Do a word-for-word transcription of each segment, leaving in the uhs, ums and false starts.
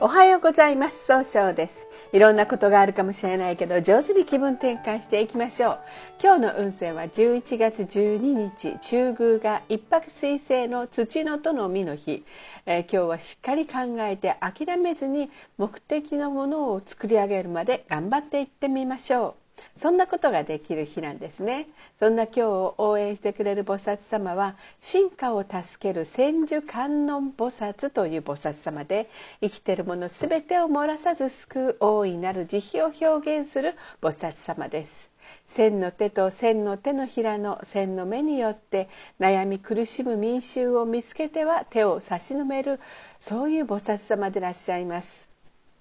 おはようございます。総称です。いろんなことがあるかもしれないけど、上手に気分転換していきましょう。今日の運勢はじゅういちがつじゅうににち、中宮が一泊水星の土のとの実の日、えー、今日はしっかり考えて諦めずに目的のものを作り上げるまで頑張っていってみましょう。そんなことができる日なんですね。そんな今日を応援してくれる菩薩様は、進化を助ける千手観音菩薩という菩薩様で、生きているものすべてを漏らさず救う大いなる慈悲を表現する菩薩様です。千の手と千の手のひらの千の目によって悩み苦しむ民衆を見つけては手を差し伸べる、そういう菩薩様でいらっしゃいます。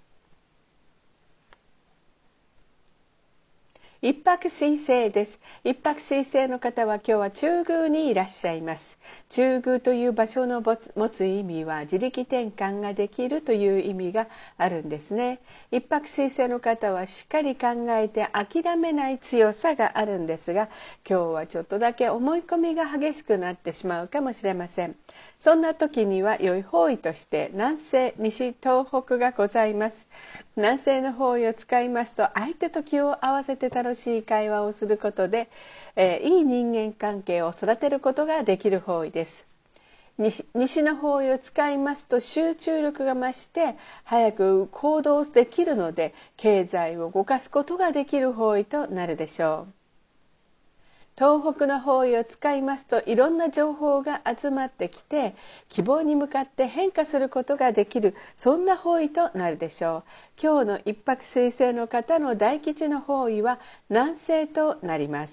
一泊水星です。一泊水星の方は今日は中宮にいらっしゃいます。中宮という場所の持つ意味は自力転換ができるという意味があるんですね。一泊水星の方はしっかり考えて諦めない強さがあるんですが、今日はちょっとだけ思い込みが激しくなってしまうかもしれません。そんな時には良い方位として南西、西、東北がございます。南西の方位を使いますと、相手と気を合わせて楽しい会話をすることで、えー、いい人間関係を育てることができる方位です。西, 西の方位を使いますと集中力が増して早く行動できるので、経済を動かすことができる方位となるでしょう。東北の方位を使いますと、いろんな情報が集まってきて希望に向かって変化することができる、そんな方位となるでしょう。今日の一泊水星の方の大吉の方位は南西となります。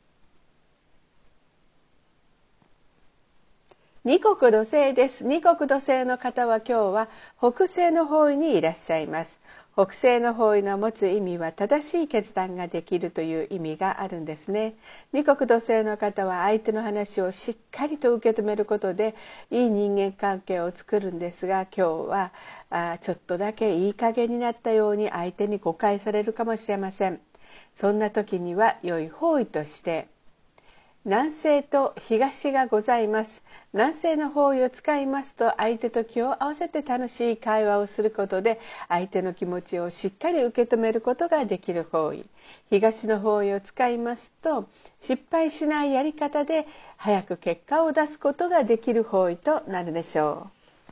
二国土星です。二国土星の方は今日は北西の方位にいらっしゃいます。北西の方位の持つ意味は正しい決断ができるという意味があるんですね。二国土星の方は相手の話をしっかりと受け止めることでいい人間関係を作るんですが、今日はあちょっとだけいい加減になったように相手に誤解されるかもしれません。そんな時には良い方位として南西と東がございます。南西の方位を使いますと、相手と気を合わせて楽しい会話をすることで相手の気持ちをしっかり受け止めることができる方位。東の方位を使いますと、失敗しないやり方で早く結果を出すことができる方位となるでしょう。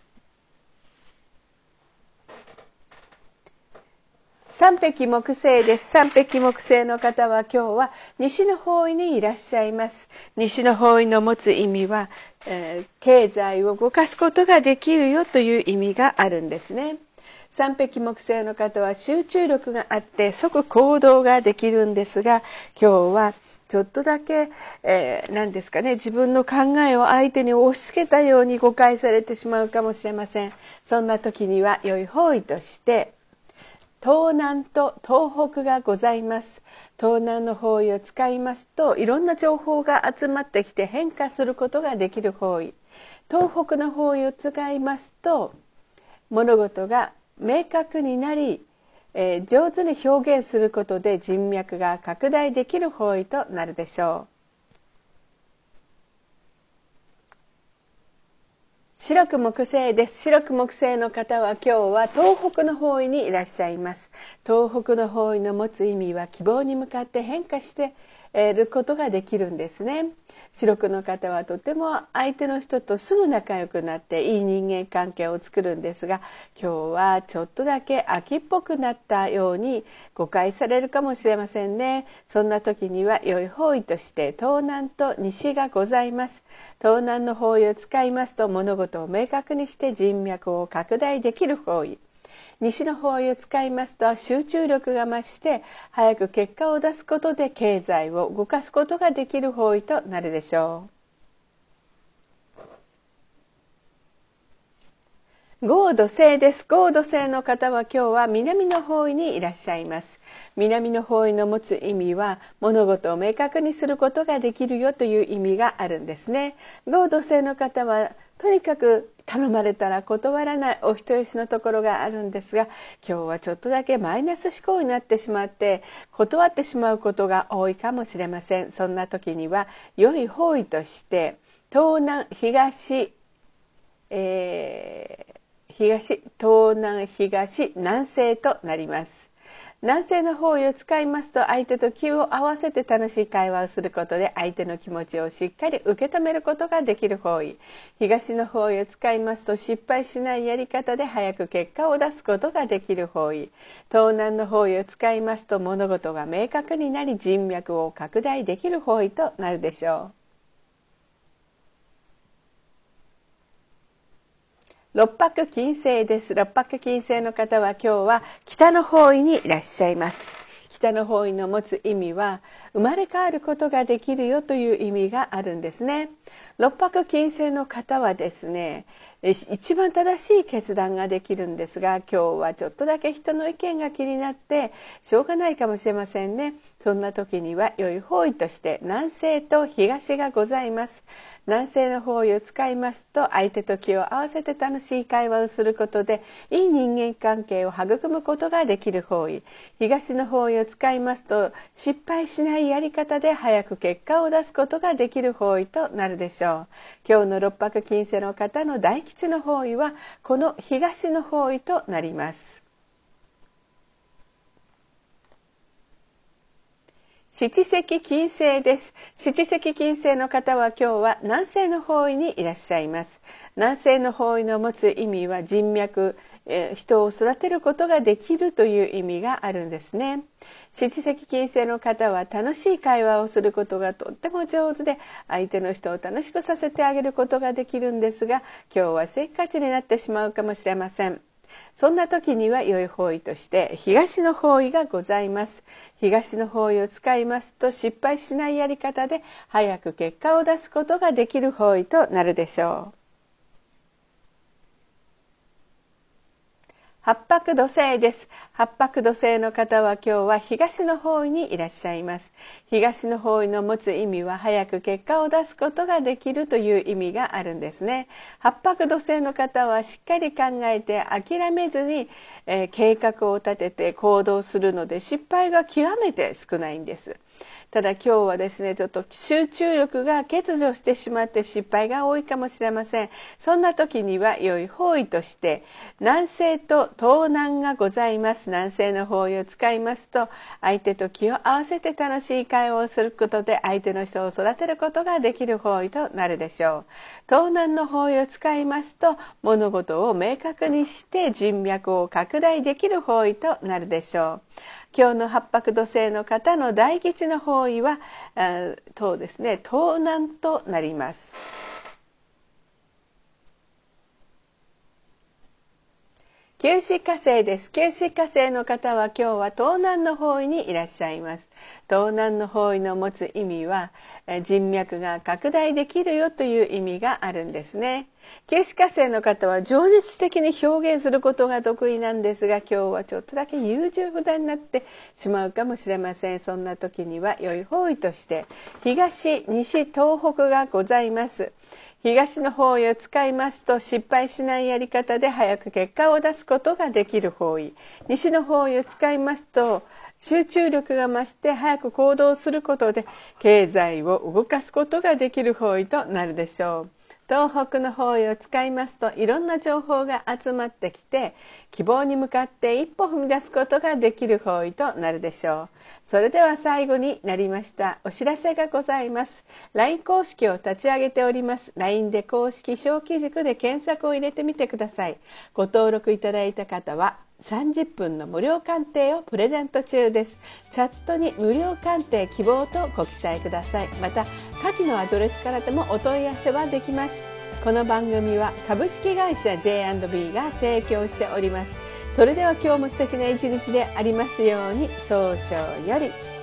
三匹木星です。三匹木星の方は今日は西の方位にいらっしゃいます。西の方位の持つ意味は、えー、経済を動かすことができるよという意味があるんですね。三匹木星の方は集中力があって即行動ができるんですが、今日はちょっとだけ、えー、何ですかね、自分の考えを相手に押し付けたように誤解されてしまうかもしれません。そんな時には良い方位として東南と東北がございます。東南の方位を使いますと、いろんな情報が集まってきて変化することができる方位。東北の方位を使いますと、物事が明確になり、えー、上手に表現することで人脈が拡大できる方位となるでしょう。白く木星です。白く木星の方は今日は東北の方位にいらっしゃいます。東北の方位の持つ意味は希望に向かって変化していることができるんですね。白くの方はとても相手の人とすぐ仲良くなっていい人間関係を作るんですが、今日はちょっとだけ秋っぽくなったように誤解されるかもしれませんね。そんな時には良い方位として東南と西がございます。東南の方位を使いますと、物事を明確にして人脈を拡大できる方位。西の方位を使いますと、集中力が増して早く結果を出すことで経済を動かすことができる方位となるでしょう。合土星です。合土星の方は今日は南の方位にいらっしゃいます。南の方位の持つ意味は、物事を明確にすることができるよという意味があるんですね。合土星の方はとにかく頼まれたら断らないお人よしのところがあるんですが、今日はちょっとだけマイナス思考になってしまって断ってしまうことが多いかもしれません。そんな時には良い方位として東南東、えー東、東南、東、南西となります。南西の方位を使いますと、相手と気を合わせて楽しい会話をすることで相手の気持ちをしっかり受け止めることができる方位。東の方位を使いますと、失敗しないやり方で早く結果を出すことができる方位。東南の方位を使いますと、物事が明確になり人脈を拡大できる方位となるでしょう。六白金星です。六白金星の方は今日は北の方位にいらっしゃいます。北の方位の持つ意味は生まれ変わることができるよという意味があるんですね。六白金星の方はですね、一番正しい決断ができるんですが、今日はちょっとだけ人の意見が気になってしょうがないかもしれませんね。そんな時には良い方位として南西と東がございます。南西の方位を使いますと、相手と気を合わせて楽しい会話をすることでいい人間関係を育むことができる方位。東の方位を使いますと、失敗しないやり方で早く結果を出すことができる方位となるでしょう。今日の六白金星の方の大吉の方位はこの東の方位となります。七石金星です。七石金星の方は今日は南西の方位にいらっしゃいます。南西の方位の持つ意味は人脈、えー、人を育てることができるという意味があるんですね。七石金星の方は楽しい会話をすることがとっても上手で、相手の人を楽しくさせてあげることができるんですが、今日はせっかちになってしまうかもしれません。そんな時には良い方位として東の方位がございます。東の方位を使いますと、失敗しないやり方で早く結果を出すことができる方位となるでしょう。八白土星です。八白土星の方は今日は東の方位にいらっしゃいます。東の方位の持つ意味は早く結果を出すことができるという意味があるんですね。八白土星の方はしっかり考えて諦めずに、えー、計画を立てて行動するので失敗が極めて少ないんです。ただ今日はですね、ちょっと集中力が欠如してしまって失敗が多いかもしれません。そんな時には良い方位として南西と東南がございます。南西の方位を使いますと、相手と気を合わせて楽しい会話をすることで相手の人を育てることができる方位となるでしょう。東南の方位を使いますと、物事を明確にして人脈を拡大できる方位となるでしょう。今日の八白土星の方の大吉の方位は東ですね、東南となります。九紫火星です。九紫火星の方は今日は東南の方位にいらっしゃいます。東南の方位の持つ意味は人脈が拡大できるよという意味があるんですね。九紫火星の方は情熱的に表現することが得意なんですが、今日はちょっとだけ優柔不断になってしまうかもしれません。そんな時には良い方位として東、西、東北がございます。東の方位を使いますと、失敗しないやり方で早く結果を出すことができる方位。西の方位を使いますと、集中力が増して早く行動することで経済を動かすことができる方位となるでしょう。東北の方位を使いますと、いろんな情報が集まってきて希望に向かって一歩踏み出すことができる方位となるでしょう。それでは最後になりました。お知らせがございます。 ライン 公式を立ち上げております。 ライン で公式小規塾で検索を入れてみてください。ご登録いただいた方はさんじゅっぷんの無料鑑定をプレゼント中です。チャットに無料鑑定希望とご記載ください。また下記のアドレスからでもお問い合わせはできます。この番組は株式会社 ジェイアンドビー が提供しております。それでは今日も素敵な一日でありますように。早々より。